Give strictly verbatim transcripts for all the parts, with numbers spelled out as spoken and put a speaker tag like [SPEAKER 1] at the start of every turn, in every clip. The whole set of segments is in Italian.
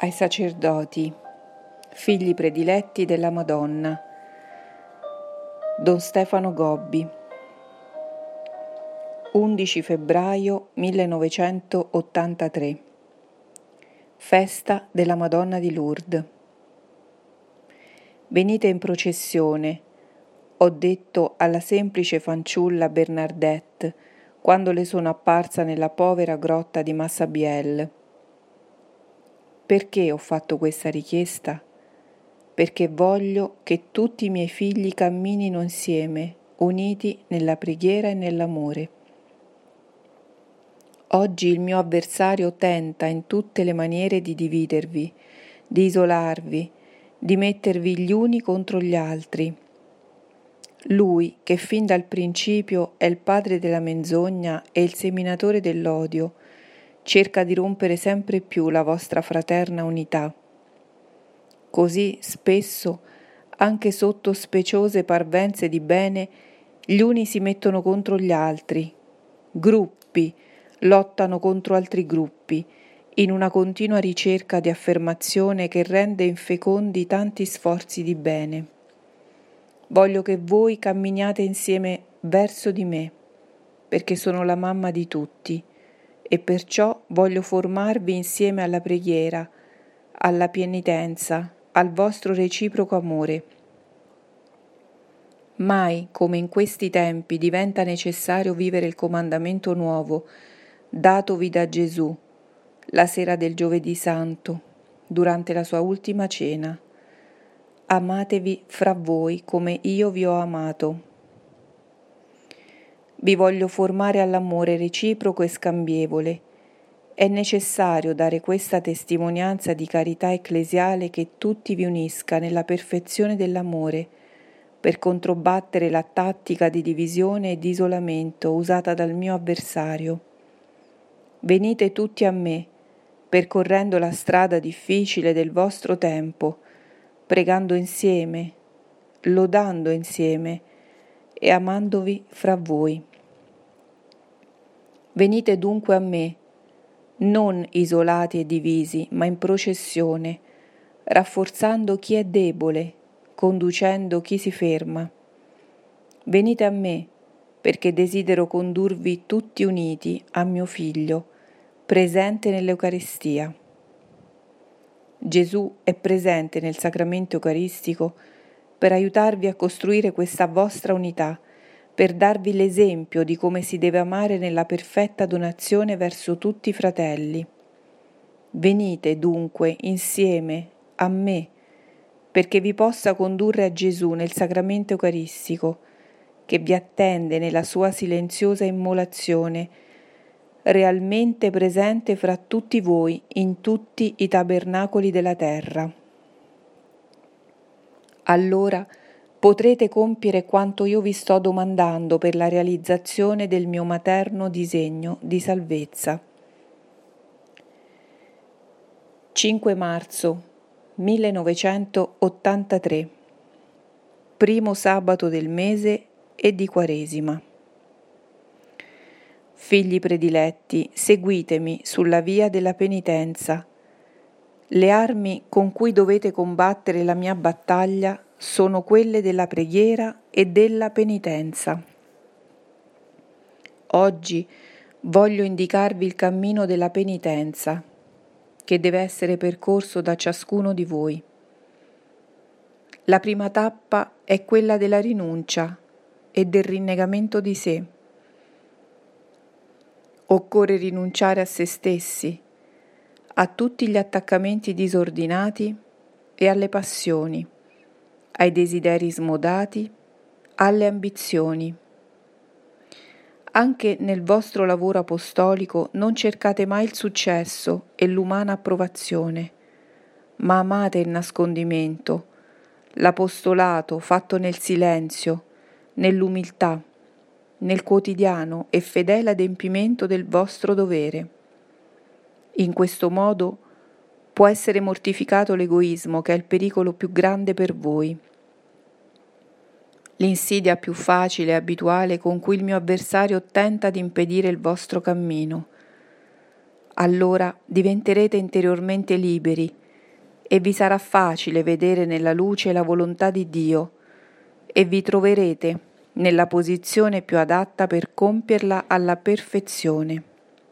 [SPEAKER 1] ai sacerdoti, figli prediletti della Madonna. Don Stefano Gobbi, undici febbraio millenovecentottantatré. Festa della Madonna di Lourdes. Venite in processione, ho detto alla semplice fanciulla Bernardette quando le sono apparsa nella povera grotta di Massabielle. Perché ho fatto questa richiesta? Perché voglio che tutti i miei figli camminino insieme, uniti nella preghiera e nell'amore. Oggi il mio avversario tenta in tutte le maniere di dividervi, di isolarvi, di mettervi gli uni contro gli altri. Lui, che fin dal principio è il padre della menzogna e il seminatore dell'odio, cerca di rompere sempre più la vostra fraterna unità. Così spesso, anche sotto speciose parvenze di bene, gli uni si mettono contro gli altri, gruppi lottano contro altri gruppi, in una continua ricerca di affermazione che rende infecondi tanti sforzi di bene. Voglio che voi camminiate insieme verso di me, perché sono la mamma di tutti, e perciò voglio formarvi insieme alla preghiera, alla penitenza, al vostro reciproco amore. Mai come in questi tempi diventa necessario vivere il comandamento nuovo datovi da Gesù la sera del Giovedì Santo, durante la sua ultima cena. Amatevi fra voi come io vi ho amato. Vi voglio formare all'amore reciproco e scambievole. È necessario dare questa testimonianza di carità ecclesiale che tutti vi unisca nella perfezione dell'amore, per controbattere la tattica di divisione e di isolamento usata dal mio avversario. Venite tutti a me, percorrendo la strada difficile del vostro tempo, pregando insieme, lodando insieme e amandovi fra voi. Venite dunque a me, non isolati e divisi, ma in processione, rafforzando chi è debole, conducendo chi si ferma. Venite a me, perché desidero condurvi tutti uniti a mio Figlio, presente nell'Eucaristia. Gesù è presente nel sacramento eucaristico per aiutarvi a costruire questa vostra unità, per darvi l'esempio di come si deve amare nella perfetta donazione verso tutti i fratelli. Venite dunque insieme a me, perché vi possa condurre a Gesù nel sacramento eucaristico, che vi attende nella sua silenziosa immolazione, realmente presente fra tutti voi in tutti i tabernacoli della terra. Allora potrete compiere quanto io vi sto domandando per la realizzazione del mio materno disegno di salvezza. cinque marzo millenovecentottantatré, primo sabato del mese e di Quaresima. Figli prediletti, seguitemi sulla via della penitenza. Le armi con cui dovete combattere la mia battaglia sono quelle della preghiera e della penitenza. Oggi voglio indicarvi il cammino della penitenza, che deve essere percorso da ciascuno di voi. La prima tappa è quella della rinuncia e del rinnegamento di sé. Occorre rinunciare a se stessi, a tutti gli attaccamenti disordinati e alle passioni, ai desideri smodati, alle ambizioni. Anche nel vostro lavoro apostolico non cercate mai il successo e l'umana approvazione, ma amate il nascondimento, l'apostolato fatto nel silenzio, nell'umiltà, nel quotidiano e fedele adempimento del vostro dovere. In questo modo può essere mortificato l'egoismo, che è il pericolo più grande per voi. L'insidia più facile e abituale con cui il mio avversario tenta di impedire il vostro cammino. Allora diventerete interiormente liberi, e vi sarà facile vedere nella luce la volontà di Dio e vi troverete nella posizione più adatta per compierla alla perfezione.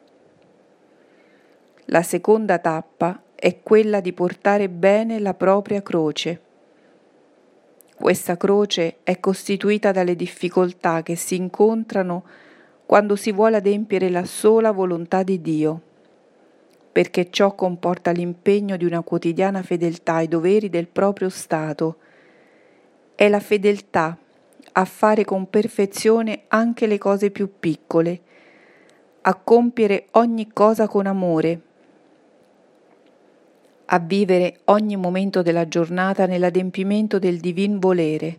[SPEAKER 1] La seconda tappa è quella di portare bene la propria croce. Questa croce è costituita dalle difficoltà che si incontrano quando si vuole adempiere la sola volontà di Dio, perché ciò comporta l'impegno di una quotidiana fedeltà ai doveri del proprio stato. È la fedeltà a fare con perfezione anche le cose più piccole, a compiere ogni cosa con amore, a vivere ogni momento della giornata nell'adempimento del divin volere.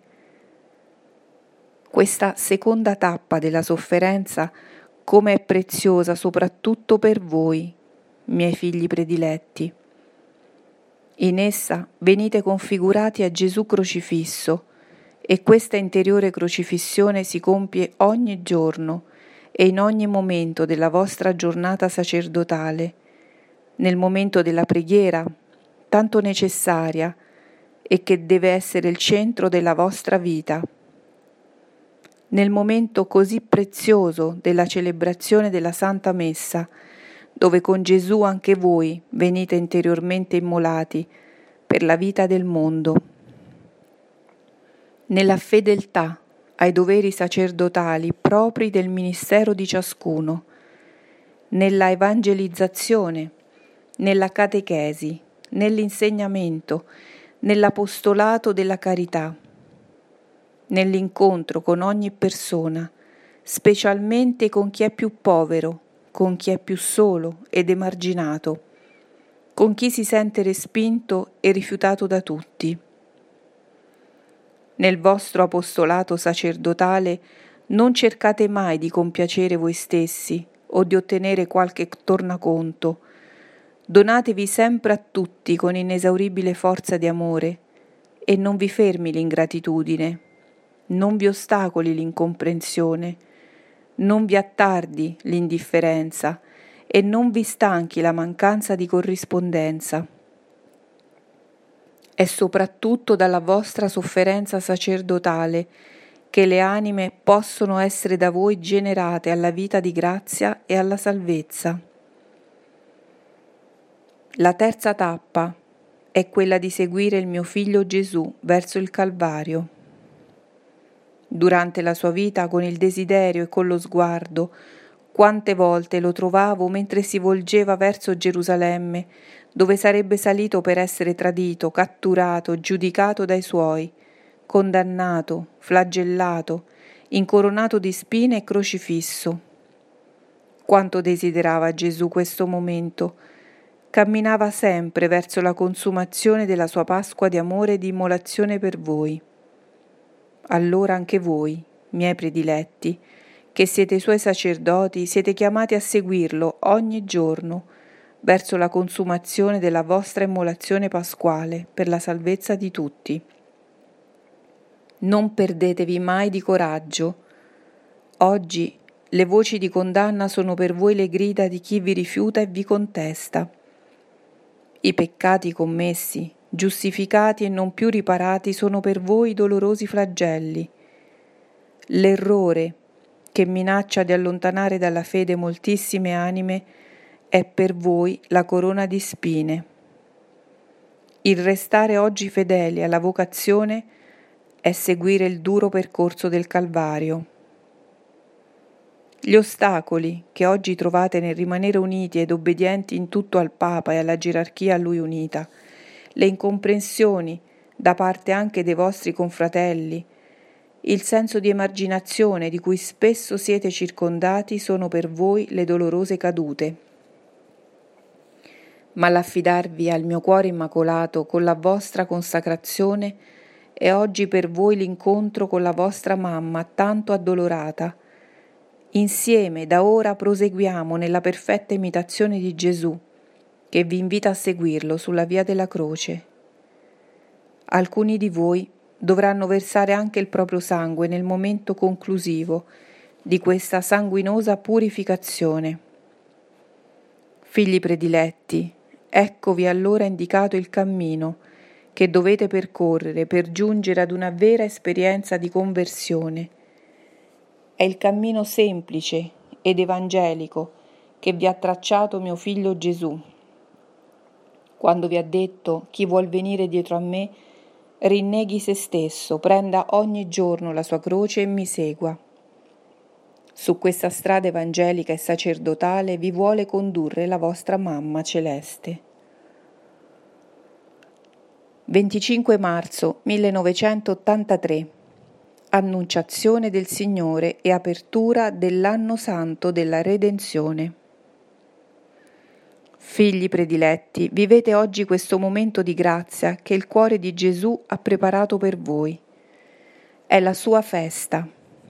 [SPEAKER 1] Questa seconda tappa della sofferenza, come è preziosa soprattutto per voi, miei figli prediletti. In essa venite configurati a Gesù crocifisso, e questa interiore crocifissione si compie ogni giorno e in ogni momento della vostra giornata sacerdotale, nel momento della preghiera, tanto necessaria e che deve essere il centro della vostra vita, nel momento così prezioso della celebrazione della Santa Messa, dove con Gesù anche voi venite interiormente immolati per la vita del mondo, nella fedeltà ai doveri sacerdotali propri del ministero di ciascuno, nella evangelizzazione, nella catechesi, nell'insegnamento, nell'apostolato della carità, nell'incontro con ogni persona, specialmente con chi è più povero, con chi è più solo ed emarginato, con chi si sente respinto e rifiutato da tutti. Nel vostro apostolato sacerdotale non cercate mai di compiacere voi stessi o di ottenere qualche tornaconto. Donatevi sempre a tutti con inesauribile forza di amore e non vi fermi l'ingratitudine, non vi ostacoli l'incomprensione, non vi attardi l'indifferenza e non vi stanchi la mancanza di corrispondenza. È soprattutto dalla vostra sofferenza sacerdotale che le anime possono essere da voi generate alla vita di grazia e alla salvezza. La terza tappa è quella di seguire il mio figlio Gesù verso il Calvario. Durante la sua vita, con il desiderio e con lo sguardo, quante volte lo trovavo mentre si volgeva verso Gerusalemme, dove sarebbe salito per essere tradito, catturato, giudicato dai suoi, condannato, flagellato, incoronato di spine e crocifisso. Quanto desiderava Gesù questo momento! Camminava sempre verso la consumazione della sua Pasqua di amore e di immolazione per voi. Allora anche voi, miei prediletti, che siete i suoi sacerdoti, siete chiamati a seguirlo ogni giorno verso la consumazione della vostra immolazione pasquale per la salvezza di tutti. Non perdetevi mai di coraggio. Oggi le voci di condanna sono per voi le grida di chi vi rifiuta e vi contesta. I peccati commessi, giustificati e non più riparati sono per voi dolorosi flagelli. L'errore che minaccia di allontanare dalla fede moltissime anime è per voi la corona di spine. Il restare oggi fedeli alla vocazione è seguire il duro percorso del Calvario. Gli ostacoli che oggi trovate nel rimanere uniti ed obbedienti in tutto al Papa e alla gerarchia a lui unita, le incomprensioni da parte anche dei vostri confratelli, il senso di emarginazione di cui spesso siete circondati sono per voi le dolorose cadute. Ma l'affidarvi al mio cuore immacolato con la vostra consacrazione è oggi per voi l'incontro con la vostra mamma tanto addolorata. Insieme da ora proseguiamo nella perfetta imitazione di Gesù, che vi invita a seguirlo sulla via della croce. Alcuni di voi dovranno versare anche il proprio sangue nel momento conclusivo di questa sanguinosa purificazione. Figli prediletti, eccovi allora indicato il cammino che dovete percorrere per giungere ad una vera esperienza di conversione. È il cammino semplice ed evangelico che vi ha tracciato mio figlio Gesù, quando vi ha detto: chi vuol venire dietro a me, rinneghi se stesso, prenda ogni giorno la sua croce e mi segua. Su questa strada evangelica e sacerdotale vi vuole condurre la vostra mamma celeste. venticinque marzo millenovecentottantatré. Annunciazione del Signore e apertura dell'anno santo della Redenzione. Figli prediletti, vivete oggi questo momento di grazia che il cuore di Gesù ha preparato per voi. È la sua festa.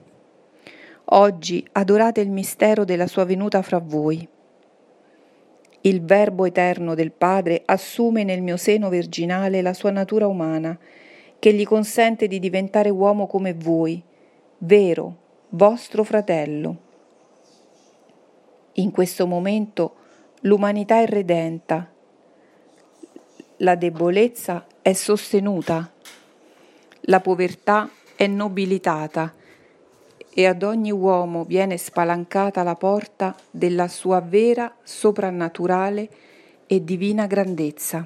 [SPEAKER 1] Oggi adorate il mistero della sua venuta fra voi. Il Verbo eterno del Padre assume nel mio seno virginale la sua natura umana, che gli consente di diventare uomo come voi, vero, vostro fratello. In questo momento l'umanità è redenta, la debolezza è sostenuta, la povertà è nobilitata e ad ogni uomo viene spalancata la porta della sua vera, soprannaturale e divina grandezza.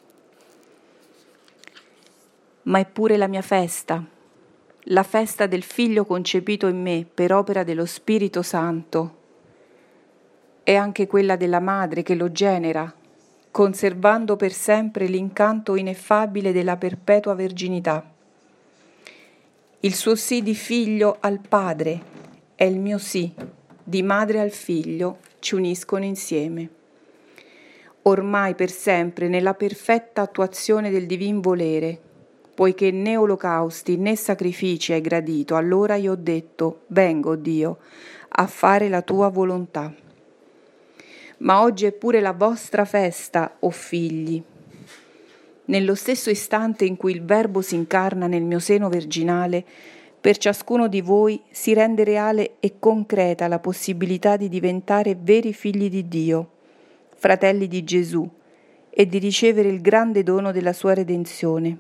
[SPEAKER 1] Ma è pure la mia festa, la festa del Figlio concepito in me per opera dello Spirito Santo. È anche quella della madre che lo genera, conservando per sempre l'incanto ineffabile della perpetua verginità. Il suo sì di figlio al padre e il mio sì di madre al figlio ci uniscono insieme. Ormai per sempre nella perfetta attuazione del divin volere, poiché né olocausti né sacrifici hai gradito, allora io ho detto: vengo, Dio, a fare la tua volontà. Ma oggi è pure la vostra festa, o figli. Nello stesso istante in cui il Verbo si incarna nel mio seno virginale, per ciascuno di voi si rende reale e concreta la possibilità di diventare veri figli di Dio, fratelli di Gesù, e di ricevere il grande dono della sua redenzione.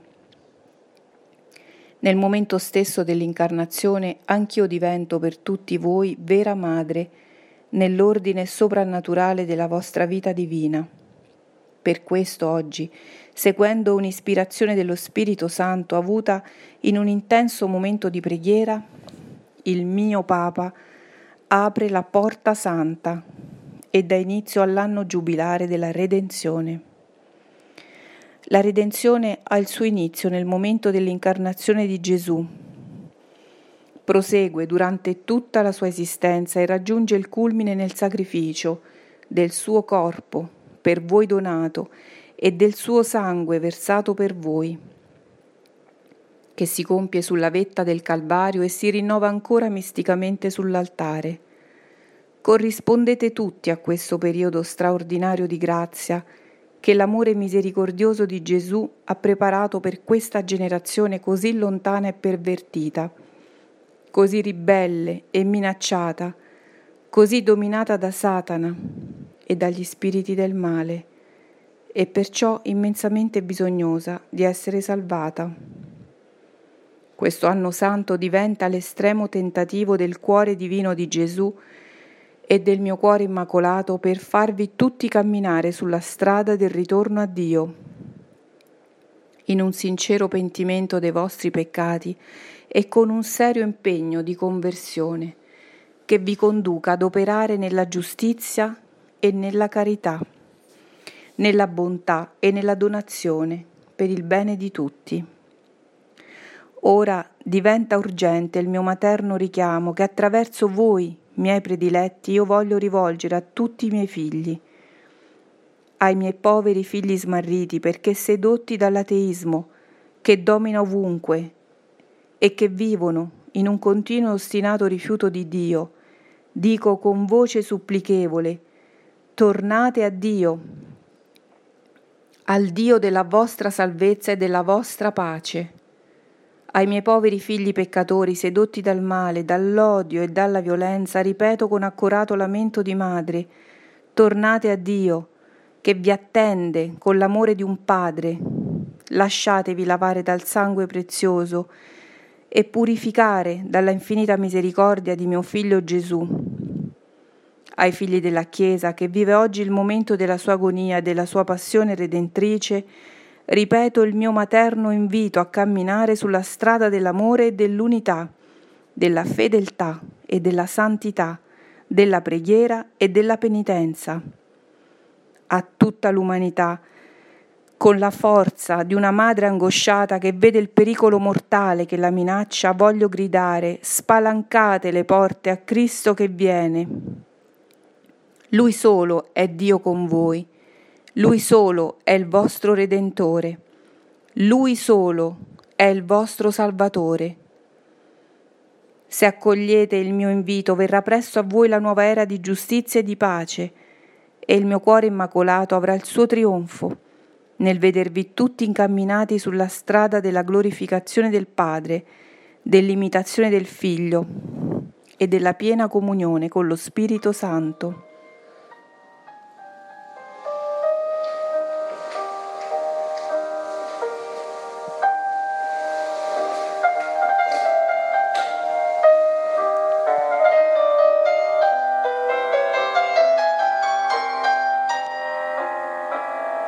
[SPEAKER 1] Nel momento stesso dell'incarnazione anch'io divento per tutti voi vera madre, nell'ordine soprannaturale della vostra vita divina. Per questo oggi, seguendo un'ispirazione dello Spirito Santo avuta in un intenso momento di preghiera, il mio Papa apre la porta santa e dà inizio all'anno giubilare della Redenzione. La Redenzione ha il suo inizio nel momento dell'incarnazione di Gesù. Prosegue durante tutta la sua esistenza e raggiunge il culmine nel sacrificio del suo corpo per voi donato e del suo sangue versato per voi, che si compie sulla vetta del Calvario e si rinnova ancora misticamente sull'altare. Corrispondete tutti a questo periodo straordinario di grazia che l'amore misericordioso di Gesù ha preparato per questa generazione così lontana e pervertita, così ribelle e minacciata, così dominata da Satana e dagli spiriti del male, e perciò immensamente bisognosa di essere salvata. Questo anno santo diventa l'estremo tentativo del cuore divino di Gesù e del mio cuore immacolato per farvi tutti camminare sulla strada del ritorno a Dio, in un sincero pentimento dei vostri peccati e con un serio impegno di conversione che vi conduca ad operare nella giustizia e nella carità, nella bontà e nella donazione per il bene di tutti. Ora diventa urgente il mio materno richiamo che attraverso voi, miei prediletti, io voglio rivolgere a tutti i miei figli, ai miei poveri figli smarriti perché sedotti dall'ateismo che domina ovunque e che vivono in un continuo ostinato rifiuto di Dio, dico con voce supplichevole: tornate a Dio, al Dio della vostra salvezza e della vostra pace. Ai miei poveri figli peccatori, sedotti dal male, dall'odio e dalla violenza, ripeto con accorato lamento di madre: tornate a Dio, che vi attende con l'amore di un padre, lasciatevi lavare dal sangue prezioso e purificare dalla infinita misericordia di mio Figlio Gesù. Ai figli della Chiesa, che vive oggi il momento della sua agonia e della sua passione redentrice, ripeto il mio materno invito a camminare sulla strada dell'amore e dell'unità, della fedeltà e della santità, della preghiera e della penitenza. A tutta l'umanità, con la forza di una madre angosciata che vede il pericolo mortale che la minaccia, voglio gridare: spalancate le porte a Cristo che viene. Lui solo è Dio con voi, Lui solo è il vostro Redentore, Lui solo è il vostro Salvatore. Se accogliete il mio invito, verrà presto a voi la nuova era di giustizia e di pace, e il mio cuore immacolato avrà il suo trionfo nel vedervi tutti incamminati sulla strada della glorificazione del Padre, dell'imitazione del Figlio e della piena comunione con lo Spirito Santo.